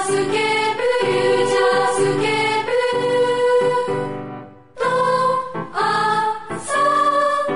スケープフューチャースケープと朝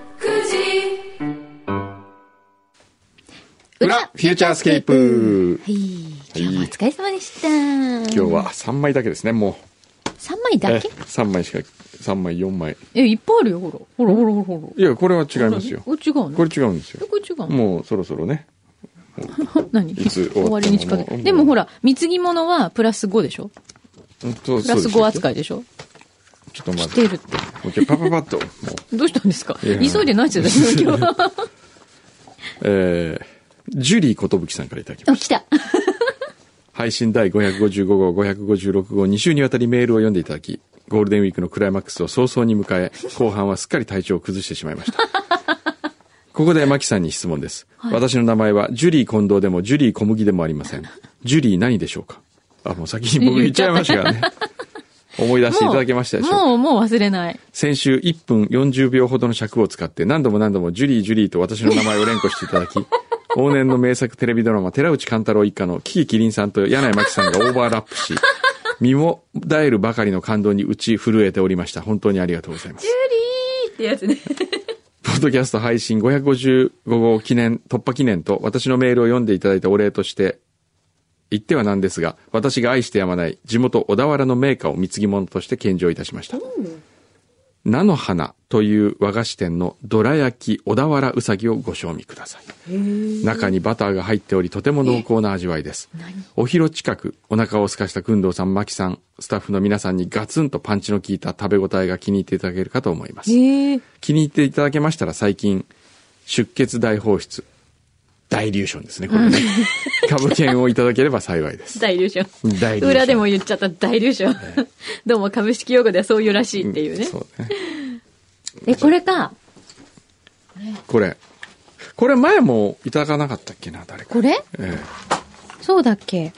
9時裏フューチャースケープ。 はい、今日もお疲れ様でした。今今日は3枚だけですね。も 3枚だけ 3枚しか、3枚4枚。 いっぱいあるよ、ほら。ほらほらほらほら。 いや、これは違いますよ。 これ違うのこれ違うんですよ。 これ違うのもうそろそろね。 何いつ終終わりに近づく。でもほら、貢ぎ物はプラス5でしょプラス5扱いでしょちょっと待って。 来てるって。 もう一回パパパッと。もどうしたんですかいや急いでないですよ、今日。 うジュリー寿さんからいただきまあ、 し来た。 配信第555号、556号、2週にわたりメールを読んでいただき、ゴールデンウィークのクライマックスを早々に迎え、後半はすっかり体調を崩してしまいました。ここでマキさんに質問です。私の名前はジュリー近藤でもジュリー小麦でもありません。ジュリー何でしょうか？あ、もう先に僕言っちゃいましたからね。思い出していただけましたでしょうか？ もう忘れない。 先週1分40秒ほどの尺を使って何度もジュリージュリーと私の名前を連呼していただき、往年の名作テレビドラマ寺内貫太郎一家のキキキリンさんと柳井真紀さんがオーバーラップし、身もだえるばかりの感動に打ち震えておりました。本当にありがとうございます。 ジュリーってやつね。 ポッドキャスト配信555号突破記念と私のメールを読んでいただいたお礼として言ってはなんですが、私が愛してやまない地元小田原の銘菓を貢ぎ物として献上いたしました。菜の花という和菓子店のどら焼き小田原うさぎをご賞味ください。中にバターが入っておりとても濃厚な味わいです。お昼近くお腹を空かした工藤さん、牧さん、スタッフの皆さんにガツンとパンチの効いた食べ応えが気に入っていただけるかと思います。気に入っていただけましたら最近出血大放出ダイリューションですね、これね。株券をいただければ幸いです。 ダイリューション。 ダイリューション裏でも言っちゃったダイリューション。どうも株式用語ではそういうらしいっていうね。 そうこね。 れか。 これ前もいただかなかったっけな、誰か。 これそうだっけ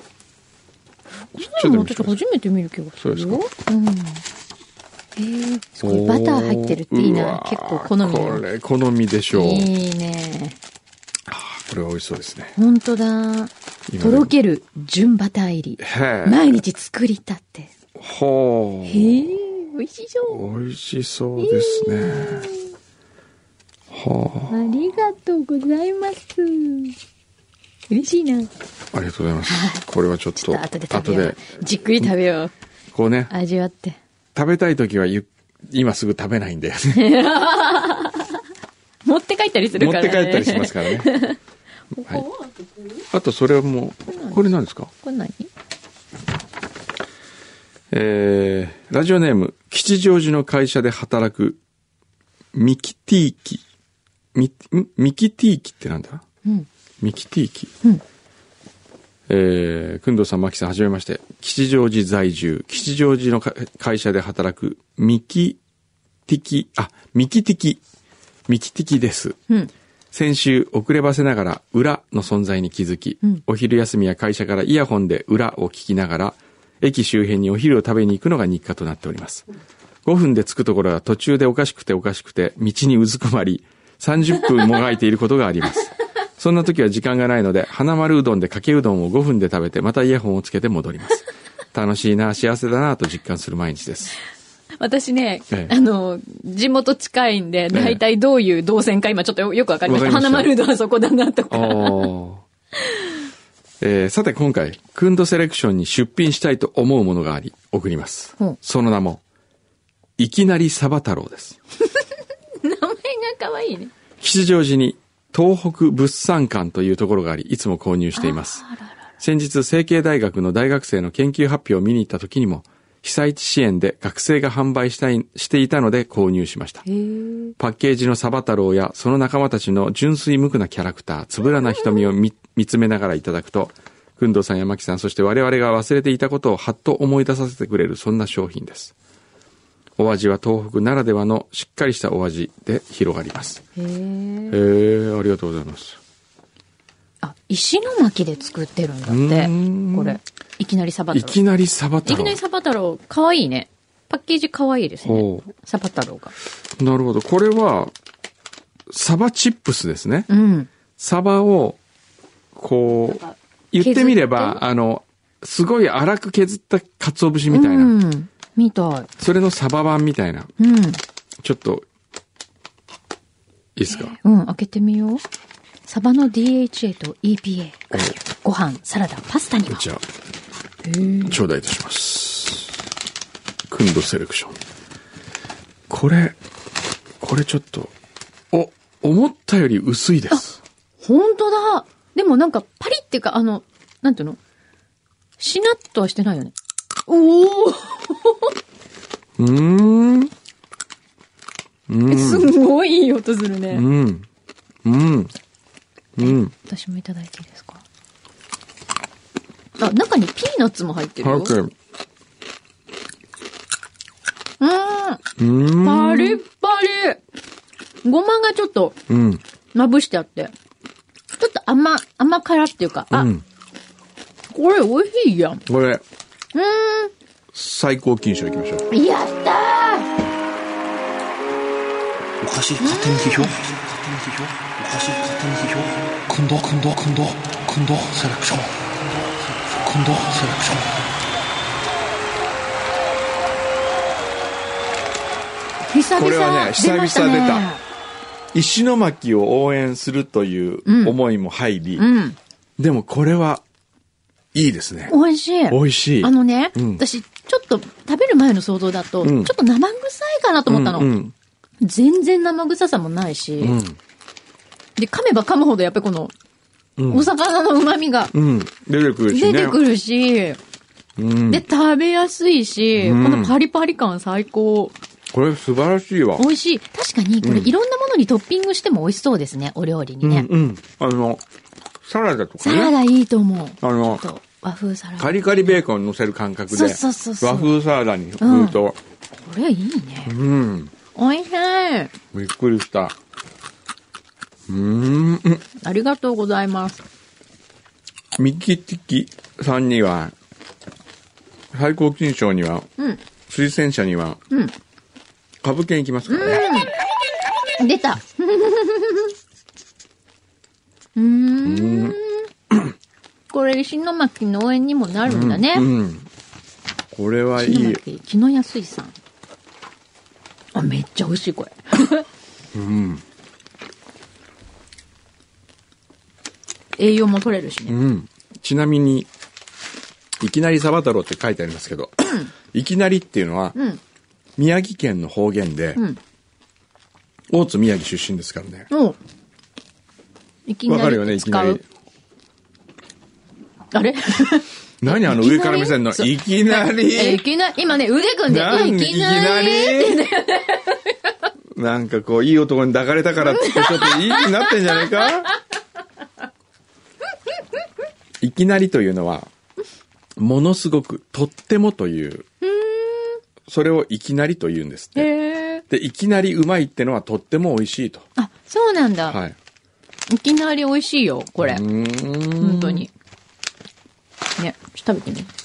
ちょっと私初めて見る気がするよ。 そうですすごいバター入ってるっていいな。結構好みこれ好みでしょう。 いいね。 これは美味しそうですね。 ほんとだ。とろける純バター入り。毎日作りたて。 ほう。 美味しそう。 美味しそうですね。はありがとうございます。嬉しいな。 あ。ありがとうございます。これはちょっと後で食べよう。じっくり食べよう。 こうね、 味わって。 食べたいときは今すぐ食べないんだよね。 持って帰ったりするからね。 持って帰ったりしますからね。はい。あとそれはもう、これ何ですか？ これ何？ ラジオネーム、吉祥寺の会社で働く、ミキティーキ。ミキティーキってなんだ？ミキティーキ。くんどうさん、まきさん、はじめまして。吉祥寺在住、吉祥寺の会社で働く、ミキティキです。先週遅ればせながら裏の存在に気づき、お昼休みや会社からイヤホンで裏を聞きながら駅周辺にお昼を食べに行くのが日課となっております。5分で着くところは途中でおかしくて道にうずくまり30分もがいていることがあります。そんな時は時間がないので花丸うどんでかけうどんを5分で食べてまたイヤホンをつけて戻ります。楽しいな、幸せだなと実感する毎日です。 私ね、地元近いんで、大体どういう動線か今ちょっとよくわかりました。花丸うどんはそこだなとか。 さて今回、クンドセレクションに出品したいと思うものがあり、送ります。その名も、いきなりサバ太郎です。 名前が可愛いね。 吉祥寺に東北物産館というところがあり、いつも購入しています。先日、成蹊大学の大学生の研究発表を見に行った時にも、被災地支援で学生が販売していたので購入しました。パッケージのサバ太郎やその仲間たちの純粋無垢なキャラクター、つぶらな瞳を見つめながらいただくと、くんどうさんやまきさん、そして我々が忘れていたことをはっと思い出させてくれる、そんな商品です。お味は東北ならではのしっかりしたお味で広がります。ありがとうございます。 石巻で作ってるんだって。これ。いきなりサバ太郎。 いきなりサバ太郎。 いきなりサバ太郎、かわいいね。パッケージかわいいですね。サバ太郎が。 なるほど。これは、サバチップスですね。 うん。 サバを、こう、言ってみれば、 すごい粗く削った鰹節みたいな。 みたい。 それのサバ版みたいな。ちょっと、いいですか？ 開けてみよう。サバの DHA と EPA。ご飯、サラダ、パスタにも。 じゃあ、頂戴いたします。クンドセレクション。これちょっと、思ったより薄いです。 本当だ。でもなんかパリっていうか、なんていうの？しなっとはしてないよね。おーすごいいい音するね。私もいただいていいですか？中にピーナッツも入ってるよ。パリッパリ。ごまがちょっと、まぶしてあって。ちょっと甘辛っていうか、これ美味しいやん。 これ、最高金賞いきましょう。 やったー。 おかしい勝手に批評。おかしい勝手に批評。くんどセレクション。 これはね、久々出た。石巻を応援するという思いも入り、でもこれはいいですね。 美味しい。 美味しい。 私、ちょっと食べる前の想像だと、ちょっと生臭いかなと思ったの。全然生臭さもないし、で、噛めば噛むほどやっぱりこの、お魚の旨味が、 出てくるし、 で、食べやすいし、このパリパリ感最高。 これ素晴らしいわ。 美味しい。確かに、これいろんなものにトッピングしても美味しそうですね、お料理にね。 サラダとかね。 サラダいいと思う。 和風サラダ。カリカリベーコン乗せる感覚で、和風サラダに振ると。 これいいね。美味しい。 びっくりした。 ありがとうございます。 ミキティキさんには、最高金賞には、推薦者には、株券いきますからね。 出た。これ石巻農園にもなるんだね。 これはいい。 木の安いさん。めっちゃ美味しいこれ。栄養も取れるしね。 ちなみに、いきなりサバ太郎って書いてありますけど、いきなりっていうのは、宮城県の方言で、大津宮城出身ですからね。 いきなり。 わかるよね、いきなり。 あれ何上から目線の、いきなり。 いきなり、今ね、腕組んで、いきなり。 なんかこう、いい男に抱かれたからって、ちょっといい気になってんじゃないかいきなりというのは、ものすごく、とってもという、それをいきなりと言うんですって。で、いきなりうまいってのはとっても美味しいと。 あ、そうなんだ。 はい。 いきなり美味しいよ、これ。本当に。ね、食べてみ。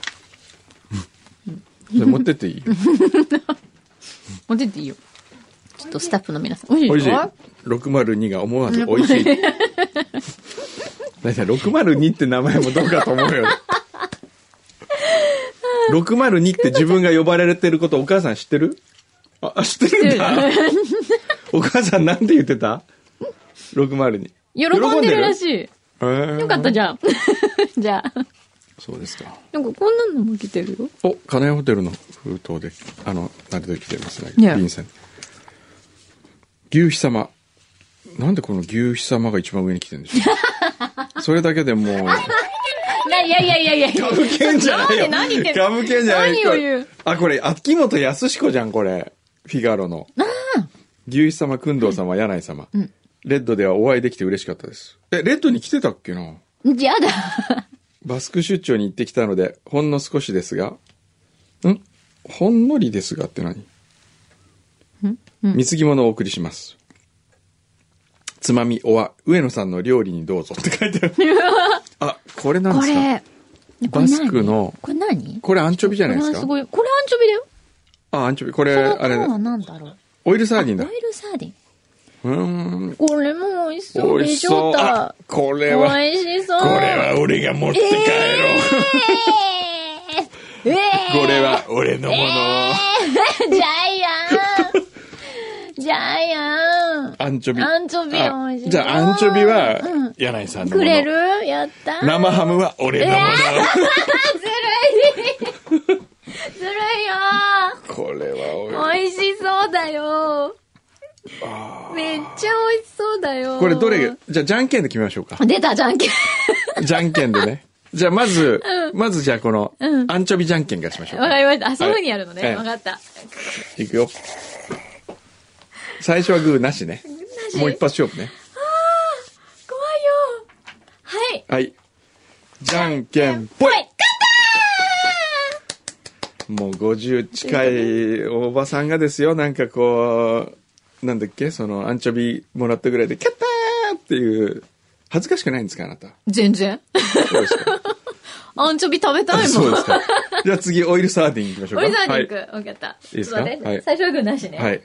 それ持ってっていい持ってっていいよ。ちょっとスタッフの皆さん。美味しい。 602が思わず美味しい。だいたい602って名前もどうかと思うよ。602って自分が呼ばれてることお母さん知ってる？知ってるんだ。お母さんなんて言ってた？ 602。 喜んでるらしい。よかったじゃん。じゃあ。 そうですか。 なんかこんなのも来てるよ。 金谷ホテルの封筒で、何で来てますね。便箋。牛飛様。なんでこの牛飛様が一番上に来てるんでしょう。それだけでもう。いや。 株券じゃないよ。 何言ってんの？ 株券じゃない。 何を言う？ これ、秋元康子じゃん、これ。フィガロの。牛飛様、工藤様、柳井様。レッドではお会いできて嬉しかったです。レッドに来てたっけな？ やだ。 バスク出張に行ってきたので、ほんの少しですが、ほんのりですがって何？貢ぎ物をお送りします。つまみおは上野さんの料理にどうぞって書いてある。これなんですか？バスクの。 これ何？ これアンチョビじゃないですか？ これアンチョビだよ。 アンチョビ。これ、あれ。 は何だろう？ オイルサーディンだ。 オイルサーディン。これも美味しそう。 美味しそう。これは。 美味しそう。 これは俺が持って帰ろう。 えこれは俺のもの。 ジャイアンジャイアンアンチョビ。 アンチョビ美味しい。 じゃあ、アンチョビは、柳井さんのもの。 くれるやった生ハムは俺のもの。 ずるいずるいよこれは美味しそうだよめっちゃ美味しそうだよこれどれ、じゃあ、じゃんけんで決めましょうか。 出た、じゃんけん。 じゃんけんでね。じゃあ、まずじゃあ、この、アンチョビじゃんけんがしましょうか。 わかりました。あ、そういう風にやるのね。 はいわかった。 いくよ。最初はグーなしね。もう一発勝負ね。 怖いよ。はい。 はい。じゃんけんぽい。 はい。 もう50近いおばさんがですよ、なんかこう、なんだっけ、そのアンチョビもらったぐらいで、キャッターっていう、恥ずかしくないんですか、あなた。 全然。 そうですか。 アンチョビ食べたいもん。 そうですか。じゃあ次、オイルサーディンいきましょうか。 オイルサーディン行く。 はいわかった。 いいですかちょっと待ってはい最初はグーなしね。 はい。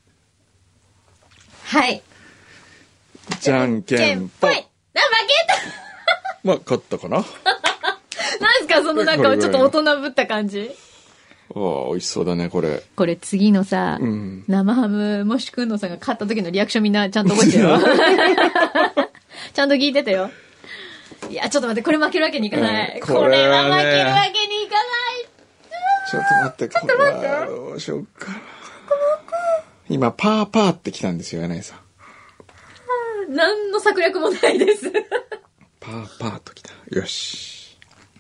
はい。 じゃんけんぽい。 負けたまあ、勝ったかな。 なんすかそのなんかちょっと大人ぶった感じ。 ああ、美味しそうだね、これ。 これ次のさ、 うん生ハムもしくんのさんが買った時のリアクションみんなちゃんと覚えてよ。ちゃんと聞いててよ。いや、ちょっと待って、これ負けるわけにいかない。 うんこれは負これはねけるわけにいかない。 ちょっと待って、これはどうしようかな。今、パーパーって来たんですよ、柳井さん。 何の策略もないです。 パーパーと来た。よし。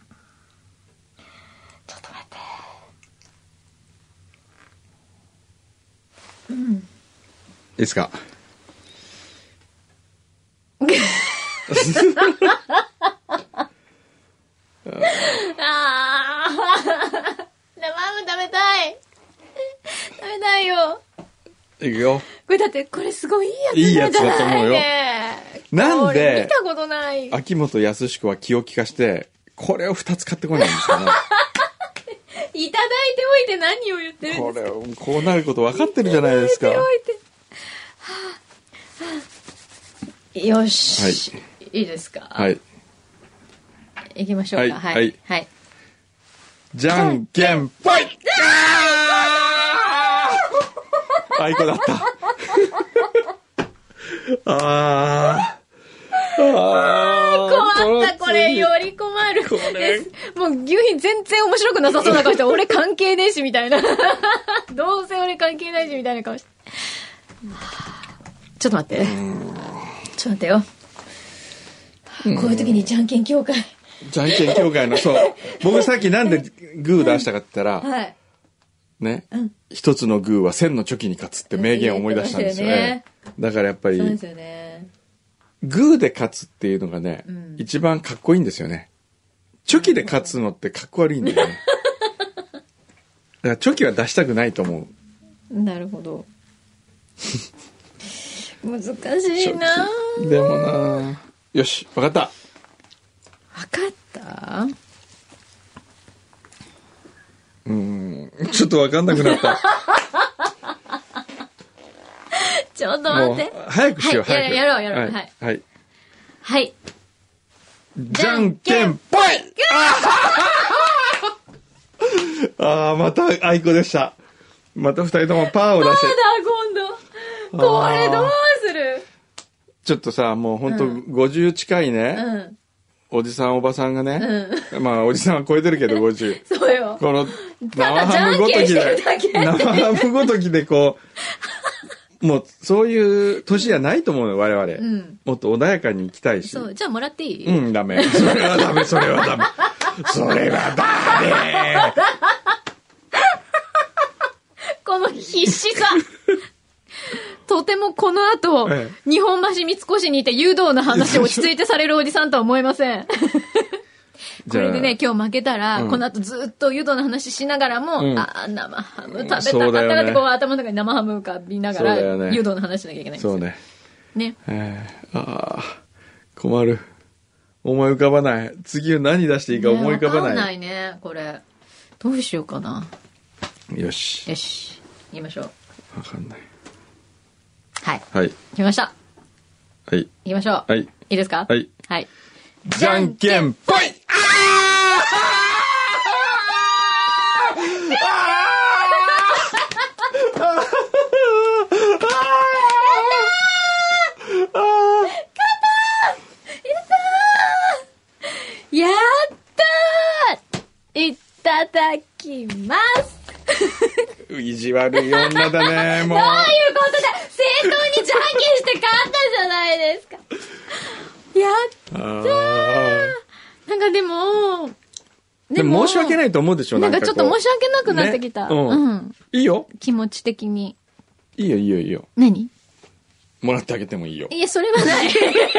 ちょっと待って。 いいですか。 あー生ハム食べたい。食べたいよ。 いくよ。 これだってこれすごいいいやついいやつだと思うよなんこれで見たことない。 秋元康子は気を利かしてこれを2つ買ってこないんですかね。 いただいておいて何を言ってるんですか。 これこうなること分かってるじゃないですか。 いただいておいて。はあよし、 はいいいですか。 はい。 行きましょうか。 ははいいはい。 じゃんけんぽい。あいこだった。あ困った、これより困るこれです。もう牛皮全然面白くなさそうな顔して、俺関係ねえしみたいな。どうせ俺関係ないしみたいな顔して。ちょっと待って。ちょっと待ってよ。こういう時にじゃんけん協会。 じゃんけん協会の、そう。僕さっきなんでグー出したかって言ったら、 はい。 ね、一つのグーは千のチョキに勝つって名言を思い出したんですよね。だからやっぱり、 そうですよね。 グーで勝つっていうのがね、一番かっこいいんですよね。チョキで勝つのってかっこ悪いんだよね。だからチョキは出したくないと思う。 なるほど。難しいな。 でもなよし、わかった。 わかった？ ちょっとわかんなくなった。 ちょっと待って。 もう早くしよう、 はい早く。 やろう。はい。 はい。 はい。 じゃんけんぽい。ああ、またあいこでした。また二人ともパーを出して。 今度。これどうする？ ちょっとさ、もうほんと50近いね、おじさんおばさんがね、まあおじさんは超えてるけど50。 そうよ。 このただ生ハムごときじゃんけんしてるだけで、生ハムごときでこう、もうそういう年じゃないと思うの我々、もっと穏やかに生きたいし。 そう、じゃあもらっていい？ うん、ダメ。それはダメ、それはダメ。それはダメ。 この必死さ。とてもこの後、 え日本橋三越にいて誘導の話を落ち着いてされるおじさんとは思えません。これでね、今日負けたら、この後ずっと誘導の話しながらも、生ハム食べたかったなってこう頭の中に生ハム浮かびながら、誘導の話しなきゃいけないんですよ。 そうね。 ね。 ああ、困る。思い浮かばない。次は何出していいか思い浮かばわかんな。 ないいね、これ。どうしようかな。 よし。 よし。言いましょう。 わかんない。 はい。 はい。 来ました。 はい。 行きましょう。 はい。 いいですか？ はい。 はい。 じゃんけんぽい。あただきます。 意地悪い女だね、もう。 どういうことだ。正当にじゃんけんして勝ったじゃないですか。やったー。なんかでも申し訳ないと思うでしょ。 なんかちょっと申し訳なくなってきた。 ね、うん。いいよ。 気持ち的に。 いいよいいよいいよ。 何？ もらってあげてもいいよ。 いや、それはない。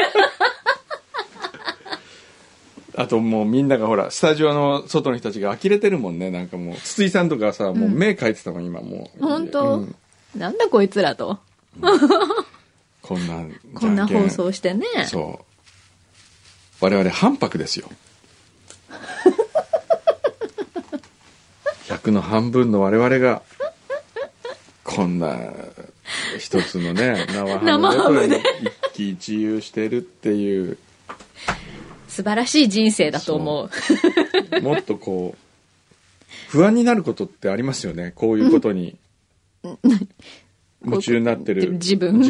あともうみんながほら、スタジオの外の人たちが呆れてるもんね。なんかもう、筒井さんとかさ、もう目描いてたもん、今もう。 本当、なんだこいつらと。 こんな、 こんな放送してね。 そう。我々半白ですよ。100の半分の我々が、こんな、一つのね、生ハムで一喜一憂してるっていう。 素晴らしい人生だと思う。 もっとこう、不安になることってありますよね。こういうことに。夢中になってる。 自分。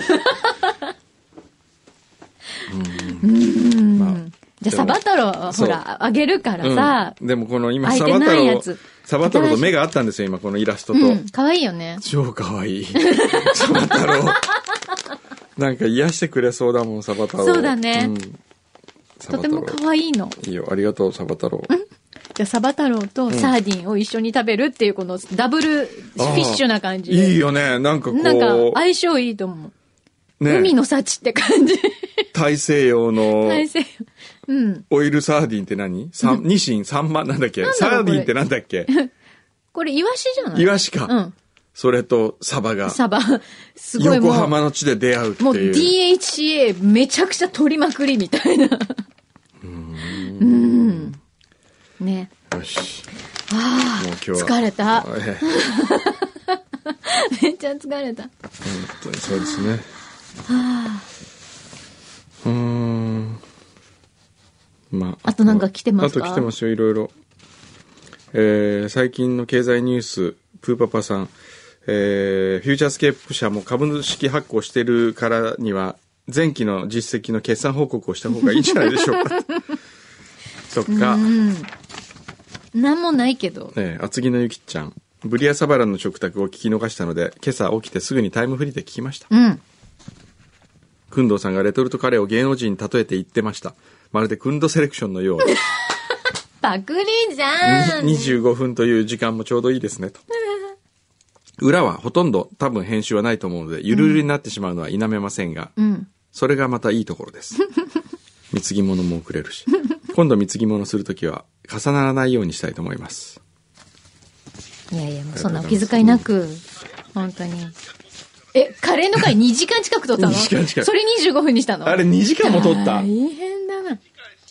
まあ、じゃあサバ太郎ほらあげるからさ、 でもこの今サバ太郎と目があったんですよ今このイラストと。 可愛いよね。 超可愛い。サバ太郎。なんか癒してくれそうだもんサバ太郎。 そうだね。とても可愛いの。 いいよありがとうサバ太郎。 じゃあサバ太郎とサーディンを一緒に食べるっていうこのダブルフィッシュな感じで。 いいよねなんかこう。 なんか相性いいと思う。ね、海の幸って感じ。 大西洋の。 大西洋。うん。 オイルサーディンって何？ニシン、サンマなんだっけ？サーディンってなんだっけ？ これイワシじゃない？ イワシか。うん。それとサバが。 サバ。すごいもう。 横浜の地で出会うっていう。 もう DHA めちゃくちゃ取りまくりみたいな。ね。 よし。 ああ。もう今日は。疲れた。めっちゃ疲れた。本当にそうですね。 はあ。 まあとなんか来てますか？ あと来てますよいろいろ。最近の経済ニュースプーパパさん、フューチャースケープ社も株式発行してるからには前期の実績の決算報告をした方がいいんじゃないでしょうか。そっか。 なんもないけど。 厚木のゆきちゃん。ブリアサバラの食卓を聞き逃したので今朝起きてすぐにタイムフリーで聞きました。くんどうさんがレトルトカレーを芸能人に例えて言ってました。まるでくんどセレクションのよう。 パクリじゃん。 25分という時間もちょうどいいですねと。裏はほとんど多分編集はないと思うのでゆるゆるになってしまうのは否めませんが、それがまたいいところです。貢ぎ物も送れるし今度貢ぎ物するときは重ならないようにしたいと思います。 いやいやもうそんなお気遣いなく本当に。カレーの回2時間近く撮ったの？ 2時間近く。 それ25分にしたの？ あれ2時間も撮った。 大変だな。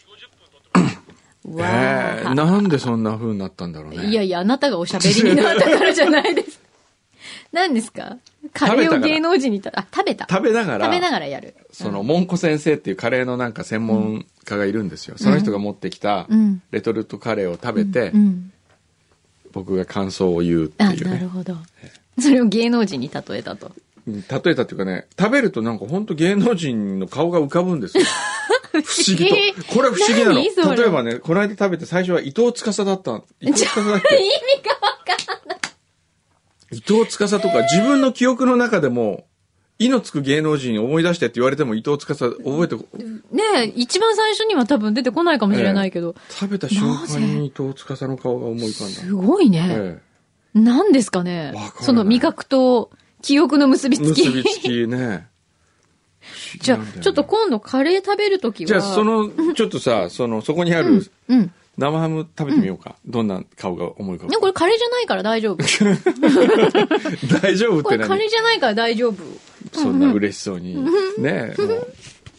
なんでそんな風になったんだろうね。 いやいや、あなたがおしゃべりになったからじゃないです。何ですか？カレーを芸能人に食べた。 食べながらやる。 モンコ先生っていうカレーのなんか専門家がいるんですよ。その人が持ってきたレトルトカレーを食べて、僕が感想を言うっていうね。 なるほど。それを芸能人に例えたと。 例えたっていうかね、食べるとなんか本当芸能人の顔が浮かぶんですよ。不思議と。これは不思議なの。例えばね、この間食べて最初は伊藤司だった。伊藤司だっけ？ 意味がわかんない。 伊藤司とか自分の記憶の中でも、意のつく芸能人思い出してって言われても伊藤司覚えてねえ、一番最初には多分出てこないかもしれないけど。 食べた瞬間に伊藤司の顔が思い浮かんだ。 すごいね。何ですかね。その味覚と記憶の結びつき。 結びつきね。 じゃあ、ちょっと今度カレー食べるときは。じゃあ、 ちょっとさ、そこにある、生ハム食べてみようか。どんな顔が思い浮かぶ？ これカレーじゃないから大丈夫。 大丈夫って何？ これカレーじゃないから大丈夫。 そんな嬉しそうに。ねえ、もう。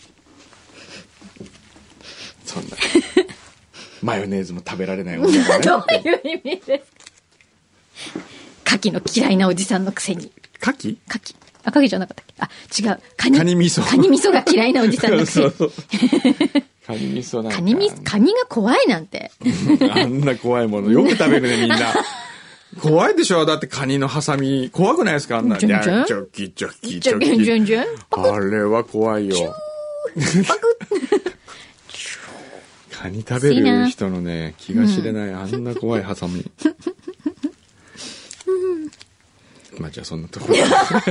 そんな。マヨネーズも食べられない女がね。 どういう意味ですか？牡蠣の嫌いなおじさんのくせに。 牡蠣？ 牡蠣じゃなかったっけ？違う。カニ味噌。 カニ味噌が嫌いなおじさんのくせに。 カニ味噌なんか。 カニが怖いなんて。 あんな怖いものよく食べるねみんな。怖いでしょ？だってカニのハサミ怖くないですか？あんな。チョキチョキチョキ。あれは怖いよ。 パクッ。 カカニ食べる人のね、気が知れない、あんな怖いハサミ。まあじゃあそんなところで、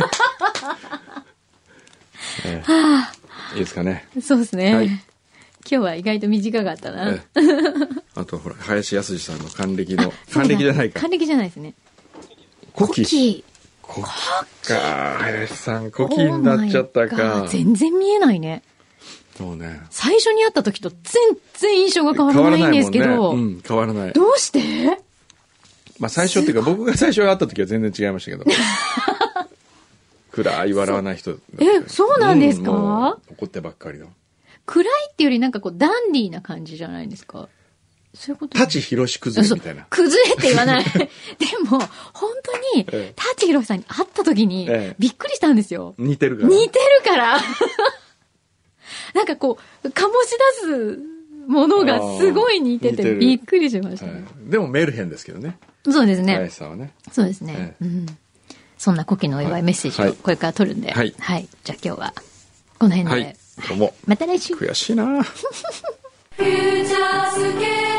いいですかね。 そうですね。 はい、 今日は意外と短かったな。 あとほら、林康さんの還暦の、還暦じゃないか。 還暦じゃないですね。 古希。 古希か、林さん、古希になっちゃったか。 全然見えないね。 そうね。 最初に会った時と全然印象が変わらないんですけど。 変わらないもんね。うん、変わらない。 どうして？ まあ最初っていうか、僕が最初会った時は全然違いましたけど。暗い笑わない人だった。 そうなんですか？ もう怒ってばっかりの。 暗いっていうよりなんかこうダンディーな感じじゃないですか。そういうこと。 舘ひろし崩れみたいな。 崩れって言わない。でも、本当に、舘ひろしさんに会った時に、びっくりしたんですよ。 似てるから。 似てるから。なんかこう、醸し出すものがすごい似てて、びっくりしましたね。 でもメルヘンですけどね。 そうですね。 林さんはね。 そうですね。そんな古希のお祝いメッセージをこれから取るんで。はい。じゃあ今日は、この辺で。 どうも。 また来週。 悔しいな。 フューチャースケープ